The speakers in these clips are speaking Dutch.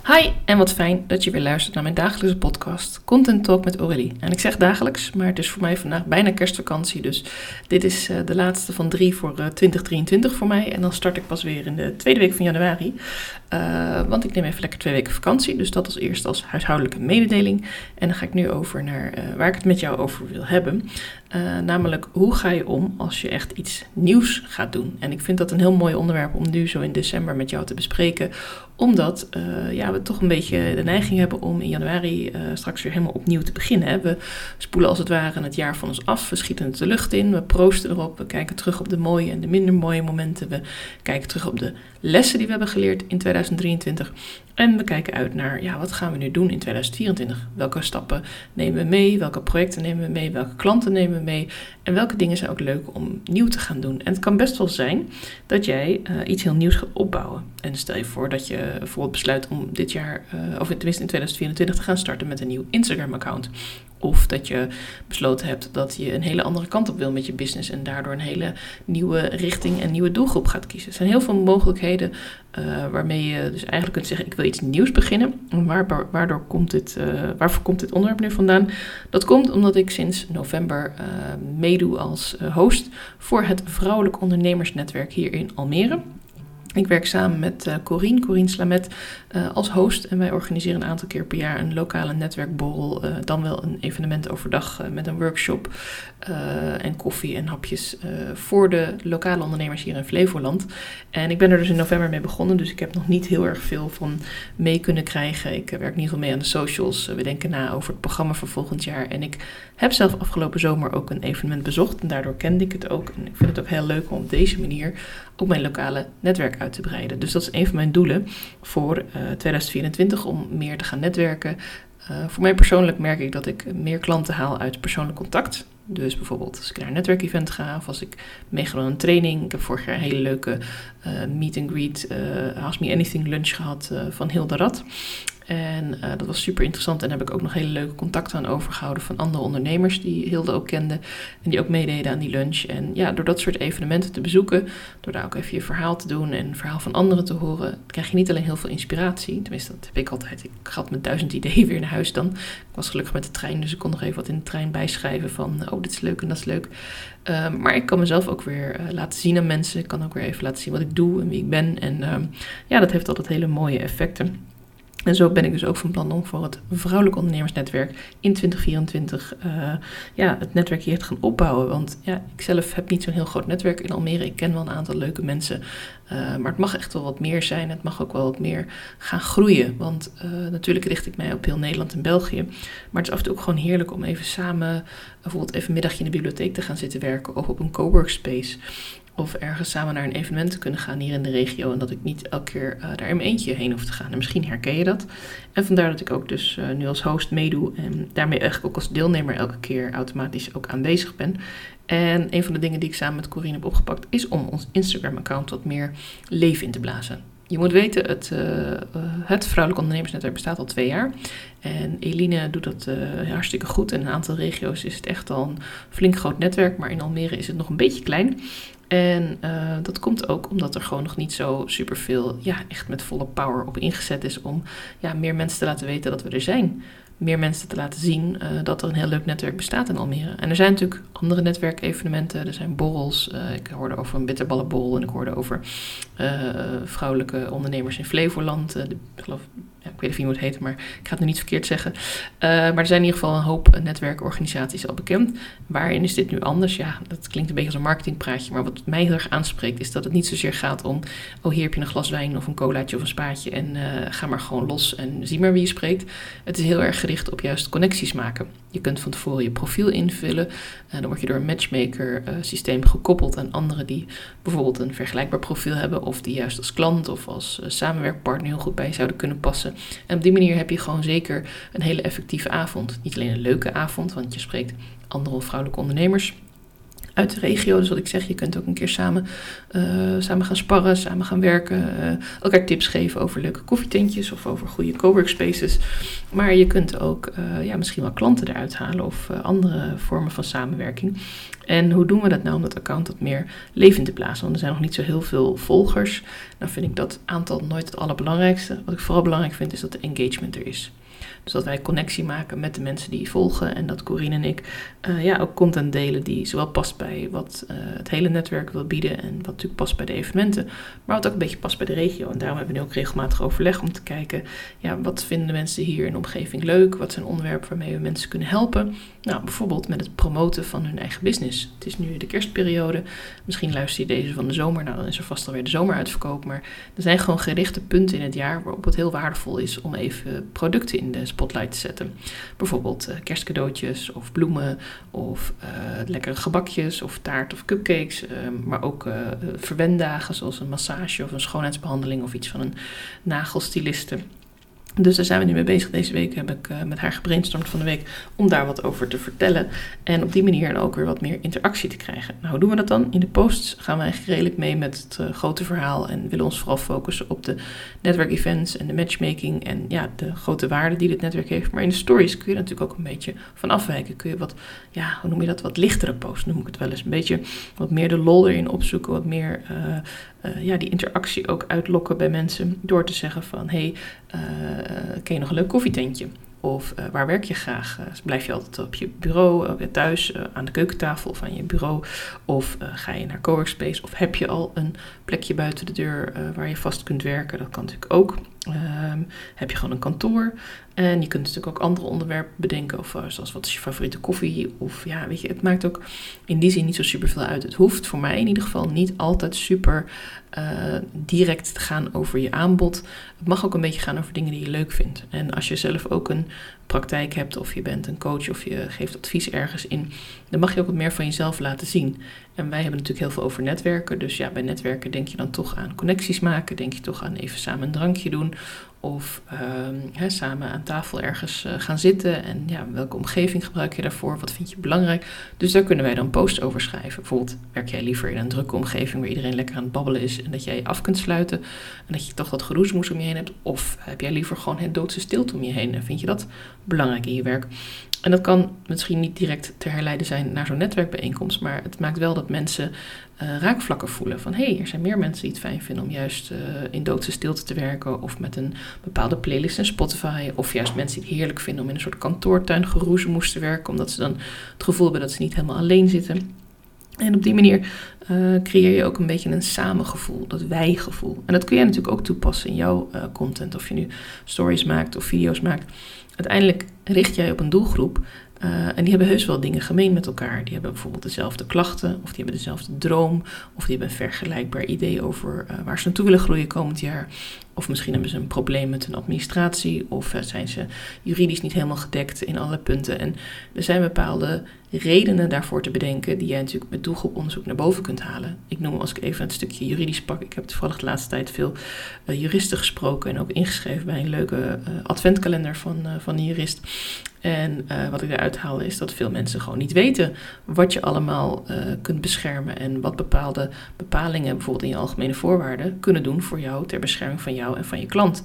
Hi en wat fijn dat je weer luistert naar mijn dagelijkse podcast Content Talk met Aurélie. En ik zeg dagelijks, maar het is voor mij vandaag bijna kerstvakantie, dus dit is de laatste van 3 voor 2023 voor mij. En dan start ik pas weer in de tweede week van januari, want ik neem even lekker 2 weken vakantie, dus dat als eerst als huishoudelijke mededeling. En dan ga ik nu over naar waar ik het met jou over wil hebben. Namelijk, hoe ga je om als je echt iets nieuws gaat doen? En ik vind dat een heel mooi onderwerp om nu zo in december met jou te bespreken. Omdat we toch een beetje de neiging hebben om in januari straks weer helemaal opnieuw te beginnen. Hè? We spoelen als het ware het jaar van ons af. We schieten het de lucht in. We proosten erop. We kijken terug op de mooie en de minder mooie momenten. We kijken terug op de lessen die we hebben geleerd in 2023. En we kijken uit naar, wat gaan we nu doen in 2024? Welke stappen nemen we mee? Welke projecten nemen we mee? Welke klanten nemen we mee? En welke dingen zijn ook leuk om nieuw te gaan doen? En het kan best wel zijn dat jij iets heel nieuws gaat opbouwen. En stel je voor dat je bijvoorbeeld besluit om dit jaar, of tenminste in 2024, te gaan starten met een nieuw Instagram-account. Of dat je besloten hebt dat je een hele andere kant op wil met je business en daardoor een hele nieuwe richting en nieuwe doelgroep gaat kiezen. Er zijn heel veel mogelijkheden waarmee je dus eigenlijk kunt zeggen, ik wil iets nieuws beginnen. En waarvoor komt dit onderwerp nu vandaan? Dat komt omdat ik sinds november meedoe als host voor het Vrouwelijk Ondernemersnetwerk hier in Almere. Ik werk samen met Corine Slamet als host en wij organiseren een aantal keer per jaar een lokale netwerkborrel, dan wel een evenement overdag met een workshop en koffie en hapjes voor de lokale ondernemers hier in Flevoland. En ik ben er dus in november mee begonnen, dus ik heb nog niet heel erg veel van mee kunnen krijgen. Ik werk in ieder geval mee aan de socials, we denken na over het programma van volgend jaar en ik heb zelf afgelopen zomer ook een evenement bezocht en daardoor kende ik het ook. En ik vind het ook heel leuk om op deze manier ook mijn lokale netwerk uit te breiden. Dus dat is een van mijn doelen voor 2024 om meer te gaan netwerken. Voor mij persoonlijk merk ik dat ik meer klanten haal uit persoonlijk contact. Dus bijvoorbeeld als ik naar een netwerkevent ga of als ik meega aan een training. Ik heb vorig jaar een hele leuke meet and greet, Ask Me Anything lunch gehad van Hilde Rad. En dat was super interessant en daar heb ik ook nog hele leuke contacten aan overgehouden van andere ondernemers die Hilde ook kende en die ook meededen aan die lunch. En ja, door dat soort evenementen te bezoeken, door daar ook even je verhaal te doen en het verhaal van anderen te horen, krijg je niet alleen heel veel inspiratie. Tenminste, dat heb ik altijd. Ik had met 1000 ideeën weer naar huis dan. Ik was gelukkig met de trein, dus ik kon nog even wat in de trein bijschrijven van, dit is leuk en dat is leuk. Maar ik kan mezelf ook weer laten zien aan mensen. Ik kan ook weer even laten zien wat ik doe en wie ik ben. En dat heeft altijd hele mooie effecten. En zo ben ik dus ook van plan om voor het Vrouwelijk Ondernemersnetwerk in 2024 het netwerk hier te gaan opbouwen. Want ik zelf heb niet zo'n heel groot netwerk in Almere. Ik ken wel een aantal leuke mensen. Maar het mag echt wel wat meer zijn. Het mag ook wel wat meer gaan groeien. Want natuurlijk richt ik mij op heel Nederland en België. Maar het is af en toe ook gewoon heerlijk om even samen, bijvoorbeeld even een middagje in de bibliotheek te gaan zitten werken. Of op een coworkspace. Of ergens samen naar een evenement te kunnen gaan hier in de regio. En dat ik niet elke keer daar in mijn eentje heen hoef te gaan. En misschien herken je dat. En vandaar dat ik ook dus nu als host meedoe. En daarmee eigenlijk ook als deelnemer elke keer automatisch ook aanwezig ben. En een van de dingen die ik samen met Corine heb opgepakt is om ons Instagram-account wat meer leven in te blazen. Je moet weten, het Vrouwelijk Ondernemersnetwerk bestaat al 2 jaar. En Eline doet dat hartstikke goed. En in een aantal regio's is het echt al een flink groot netwerk. Maar in Almere is het nog een beetje klein. En dat komt ook omdat er gewoon nog niet zo superveel, echt met volle power op ingezet is om meer mensen te laten weten dat we er zijn. Meer mensen te laten zien dat er een heel leuk netwerk bestaat in Almere. En er zijn natuurlijk andere netwerkevenementen, er zijn borrels. Ik hoorde over een bitterballenborrel en ik hoorde over vrouwelijke ondernemers in Flevoland. Ik weet niet hoe het heet, maar ik ga het nu niet verkeerd zeggen. Maar er zijn in ieder geval een hoop netwerkorganisaties al bekend. Waarin is dit nu anders? Ja, dat klinkt een beetje als een marketingpraatje. Maar wat mij heel erg aanspreekt is dat het niet zozeer gaat om, hier heb je een glas wijn of een colaatje of een spaatje en ga maar gewoon los en zie maar wie je spreekt. Het is heel erg gericht op juist connecties maken. Je kunt van tevoren je profiel invullen. Dan word je door een matchmaker systeem gekoppeld aan anderen die bijvoorbeeld een vergelijkbaar profiel hebben of die juist als klant of als samenwerkpartner heel goed bij je zouden kunnen passen. En op die manier heb je gewoon zeker een hele effectieve avond. Niet alleen een leuke avond, want je spreekt andere vrouwelijke ondernemers. uit de regio. Dus wat ik zeg, je kunt ook een keer samen gaan sparren, samen gaan werken. Elkaar tips geven over leuke koffietentjes of over goede coworkspaces. Maar je kunt ook misschien wel klanten eruit halen of andere vormen van samenwerking. En hoe doen we dat nou om dat account wat meer levend te blazen? Want er zijn nog niet zo heel veel volgers. Dan vind ik dat aantal nooit het allerbelangrijkste. Wat ik vooral belangrijk vind is dat de engagement er is. Dus dat wij connectie maken met de mensen die volgen. En dat Corine en ik ook content delen die zowel past bij wat het hele netwerk wil bieden. En wat natuurlijk past bij de evenementen. Maar wat ook een beetje past bij de regio. En daarom hebben we nu ook regelmatig overleg om te kijken. Ja, wat vinden de mensen hier in de omgeving leuk? Wat zijn onderwerpen waarmee we mensen kunnen helpen? Nou, bijvoorbeeld met het promoten van hun eigen business. Het is nu de kerstperiode. Misschien luister je deze van de zomer. Nou, dan is er vast alweer de zomeruitverkoop. Maar er zijn gewoon gerichte punten in het jaar waarop het heel waardevol is om even producten in de spotlight te zetten. Bijvoorbeeld kerstcadeautjes of bloemen of lekkere gebakjes of taart of cupcakes. Maar ook verwendagen zoals een massage of een schoonheidsbehandeling of iets van een nagelstiliste. Dus daar zijn we nu mee bezig. Deze week heb ik met haar gebrainstormd van de week om daar wat over te vertellen. En op die manier ook weer wat meer interactie te krijgen. Nou, hoe doen we dat dan? In de posts gaan we eigenlijk redelijk mee met het grote verhaal. En willen ons vooral focussen op de netwerkevents en de matchmaking. En ja, de grote waarde die dit netwerk heeft. Maar in de stories kun je er natuurlijk ook een beetje van afwijken. Kun je wat, hoe noem je dat? Wat lichtere posts noem ik het wel eens. Een beetje wat meer de lol erin opzoeken. Wat meer die interactie ook uitlokken bij mensen. Door te zeggen van, ken je nog een leuk koffietentje? Of waar werk je graag? Blijf je altijd op je bureau, thuis, aan de keukentafel of aan je bureau? Of ga je naar coworkspace? Of heb je al een plekje buiten de deur waar je vast kunt werken? Dat kan natuurlijk ook. Heb je gewoon een kantoor? En je kunt natuurlijk ook andere onderwerpen bedenken. Of zoals, wat is je favoriete koffie? Of het maakt ook in die zin niet zo super veel uit. Het hoeft voor mij in ieder geval niet altijd super direct te gaan over je aanbod. Het mag ook een beetje gaan over dingen die je leuk vindt. En als je zelf ook een praktijk hebt of je bent een coach of je geeft advies ergens in, dan mag je ook wat meer van jezelf laten zien. En wij hebben natuurlijk heel veel over netwerken. Dus ja, bij netwerken denk je dan toch aan connecties maken. Denk je toch aan even samen een drankje doen. Of samen aan tafel ergens gaan zitten. En ja, welke omgeving gebruik je daarvoor? Wat vind je belangrijk? Dus daar kunnen wij dan posts over schrijven. Bijvoorbeeld, werk jij liever in een drukke omgeving waar iedereen lekker aan het babbelen is en dat jij je af kunt sluiten en dat je toch dat geroezemoes om je heen hebt? Of heb jij liever gewoon het doodse stilte om je heen en vind je dat belangrijk in je werk? En dat kan misschien niet direct te herleiden zijn naar zo'n netwerkbijeenkomst, maar het maakt wel dat mensen raakvlakken voelen van er zijn meer mensen die het fijn vinden om juist in doodse stilte te werken of met een bepaalde playlist in Spotify, of juist mensen die het heerlijk vinden om in een soort kantoortuin geroezemoes te werken, omdat ze dan het gevoel hebben dat ze niet helemaal alleen zitten. En op die manier creëer je ook een beetje een samengevoel, dat wij-gevoel. En dat kun jij natuurlijk ook toepassen in jouw content, of je nu stories maakt of video's maakt. Uiteindelijk richt jij op een doelgroep en die hebben heus wel dingen gemeen met elkaar. Die hebben bijvoorbeeld dezelfde klachten, of die hebben dezelfde droom, of die hebben een vergelijkbaar idee over waar ze naartoe willen groeien komend jaar. Of misschien hebben ze een probleem met hun administratie, of zijn ze juridisch niet helemaal gedekt in alle punten. En er zijn bepaalde redenen daarvoor te bedenken die jij natuurlijk met doelgroeponderzoek naar boven kunt halen. Ik noem, als ik even het stukje juridisch pak, ik heb toevallig de laatste tijd veel juristen gesproken en ook ingeschreven bij een leuke adventkalender van een jurist. En wat ik daaruit haal is dat veel mensen gewoon niet weten wat je allemaal kunt beschermen en wat bepaalde bepalingen bijvoorbeeld in je algemene voorwaarden kunnen doen voor jou ter bescherming van jou en van je klant.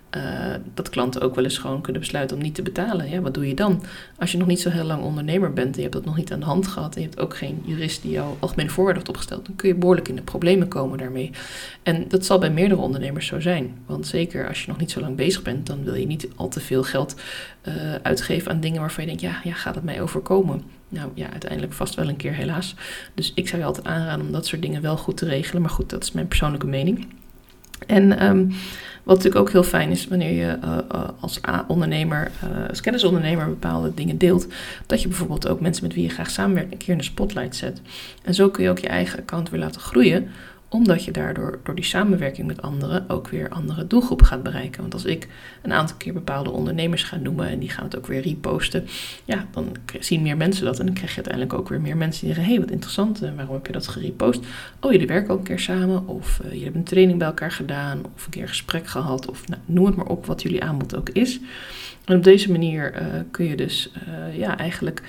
Dat klanten ook wel eens gewoon kunnen besluiten om niet te betalen. Ja, wat doe je dan? Als je nog niet zo heel lang ondernemer bent en je hebt dat nog niet aan de hand gehad en je hebt ook geen jurist die jouw algemene voorwaarden heeft opgesteld, dan kun je behoorlijk in de problemen komen daarmee. En dat zal bij meerdere ondernemers zo zijn. Want zeker als je nog niet zo lang bezig bent, dan wil je niet al te veel geld uitgeven aan dingen waarvan je denkt, ja, gaat het mij overkomen? Nou ja, uiteindelijk vast wel een keer helaas. Dus ik zou je altijd aanraden om dat soort dingen wel goed te regelen. Maar goed, dat is mijn persoonlijke mening. En wat natuurlijk ook heel fijn is wanneer je als ondernemer, als kennisondernemer bepaalde dingen deelt, dat je bijvoorbeeld ook mensen met wie je graag samenwerkt een keer in de spotlight zet. En zo kun je ook je eigen account weer laten groeien, omdat je daardoor door die samenwerking met anderen ook weer andere doelgroepen gaat bereiken. Want als ik een aantal keer bepaalde ondernemers ga noemen en die gaan het ook weer reposten, ja, dan zien meer mensen dat. En dan krijg je uiteindelijk ook weer meer mensen die zeggen, wat interessant, waarom heb je dat gerepost? Oh, jullie werken ook een keer samen, of jullie hebben een training bij elkaar gedaan, of een keer een gesprek gehad, of noem het maar op wat jullie aanbod ook is. En op deze manier kun je dus eigenlijk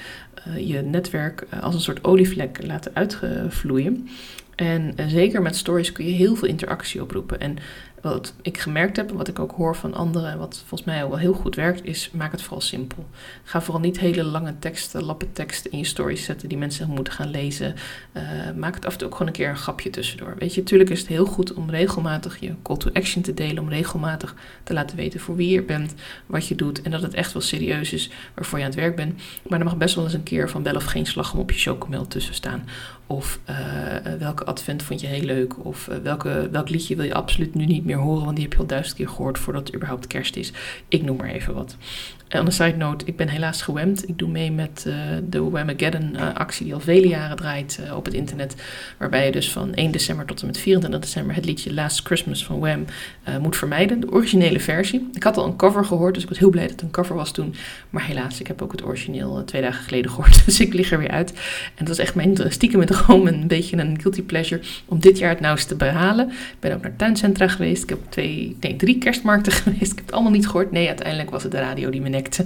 je netwerk als een soort olievlek laten uitvloeien. En zeker met stories kun je heel veel interactie oproepen. En wat ik gemerkt heb, en wat ik ook hoor van anderen, en wat volgens mij ook wel heel goed werkt, is maak het vooral simpel. Ga vooral niet hele lange teksten, lappen teksten in je stories zetten die mensen moeten gaan lezen. Maak het af en toe ook gewoon een keer een grapje tussendoor. Weet je, natuurlijk is het heel goed om regelmatig je call to action te delen, om regelmatig te laten weten voor wie je bent, wat je doet en dat het echt wel serieus is waarvoor je aan het werk bent. Maar er mag best wel eens een keer van wel of geen slagroom op je chocomel tussen staan. Of welke advent vond je heel leuk? Of welk liedje wil je absoluut nu niet meer horen, want die heb je al 1000 keer gehoord voordat het überhaupt kerst is. Ik noem maar even wat. On a side note, ik ben helaas gewemd. Ik doe mee met de Whamageddon actie die al vele jaren draait op het internet. Waarbij je dus van 1 december tot en met 24 december het liedje Last Christmas van Wham moet vermijden. De originele versie. Ik had al een cover gehoord, dus ik was heel blij dat het een cover was toen. Maar helaas, ik heb ook het origineel 2 dagen geleden gehoord. Dus ik lig er weer uit. En het was echt mijn stiekem met droom een beetje een guilty pleasure om dit jaar het nou eens te behalen. Ik ben ook naar tuincentra geweest. Ik heb 3 kerstmarkten geweest. Ik heb het allemaal niet gehoord. Nee, uiteindelijk was het de radio die me nekte.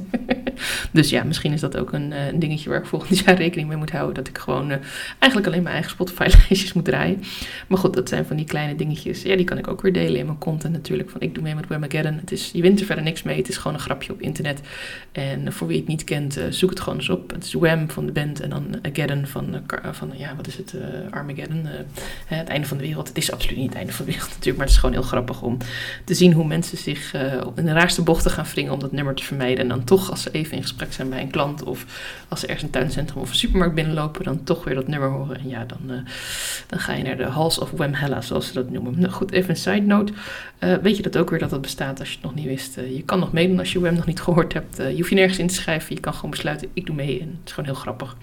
Dus ja, misschien is dat ook een dingetje waar ik volgend jaar rekening mee moet houden. Dat ik gewoon eigenlijk alleen mijn eigen Spotify-lijstjes moet draaien. Maar goed, dat zijn van die kleine dingetjes. Ja, die kan ik ook weer delen in mijn content natuurlijk. Van ik doe mee met Whamageddon. Je wint er verder niks mee. Het is gewoon een grapje op internet. En voor wie het niet kent, zoek het gewoon eens op. Het is Wham van de band en dan Ageddon van wat is het? Armageddon. Het einde van de wereld. Het is absoluut niet het einde van de wereld natuurlijk. Maar het is gewoon heel grappig om te zien hoe mensen zich in de raarste bochten gaan wringen om dat nummer te vermijden. En dan toch, als ze even in gesprek zijn bij een klant of als ze ergens een tuincentrum of een supermarkt binnenlopen, dan toch weer dat nummer horen. En ja, dan ga je naar de Halls of Whamhalla, zoals ze dat noemen. Nou goed, even een side note. Weet je dat ook weer dat dat bestaat als je het nog niet wist. Je kan nog meedoen als je Wham nog niet gehoord hebt. Je hoeft je nergens in te schrijven. Je kan gewoon besluiten, ik doe mee. En het is gewoon heel grappig.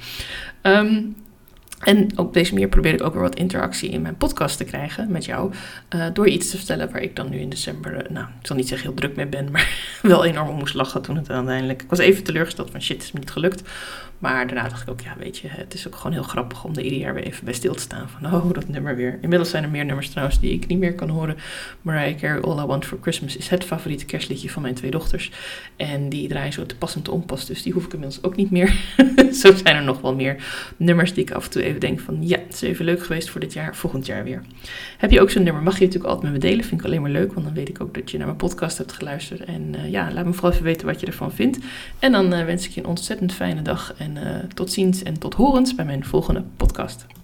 En op deze manier probeer ik ook weer wat interactie in mijn podcast te krijgen met jou. Door je iets te vertellen waar ik dan nu in december, ik zal niet zeggen heel druk mee ben, maar wel enorm om moest lachen toen het uiteindelijk. Ik was even teleurgesteld van shit, het is me niet gelukt. Maar daarna dacht ik ook, ja weet je, het is ook gewoon heel grappig om er ieder jaar weer even bij stil te staan. Van dat nummer weer. Inmiddels zijn er meer nummers trouwens die ik niet meer kan horen. Mariah Carey, All I Want For Christmas is het favoriete kerstliedje van mijn 2 dochters. En die draaien zo te pas en te onpas, dus die hoef ik inmiddels ook niet meer. Zo zijn er nog wel meer nummers die ik af en toe even denk van ja, het is even leuk geweest voor dit jaar, volgend jaar weer. Heb je ook zo'n nummer, mag je natuurlijk altijd met me delen. Vind ik alleen maar leuk, want dan weet ik ook dat je naar mijn podcast hebt geluisterd. En laat me vooral even weten wat je ervan vindt. En dan wens ik je een ontzettend fijne dag en tot ziens en tot horens bij mijn volgende podcast.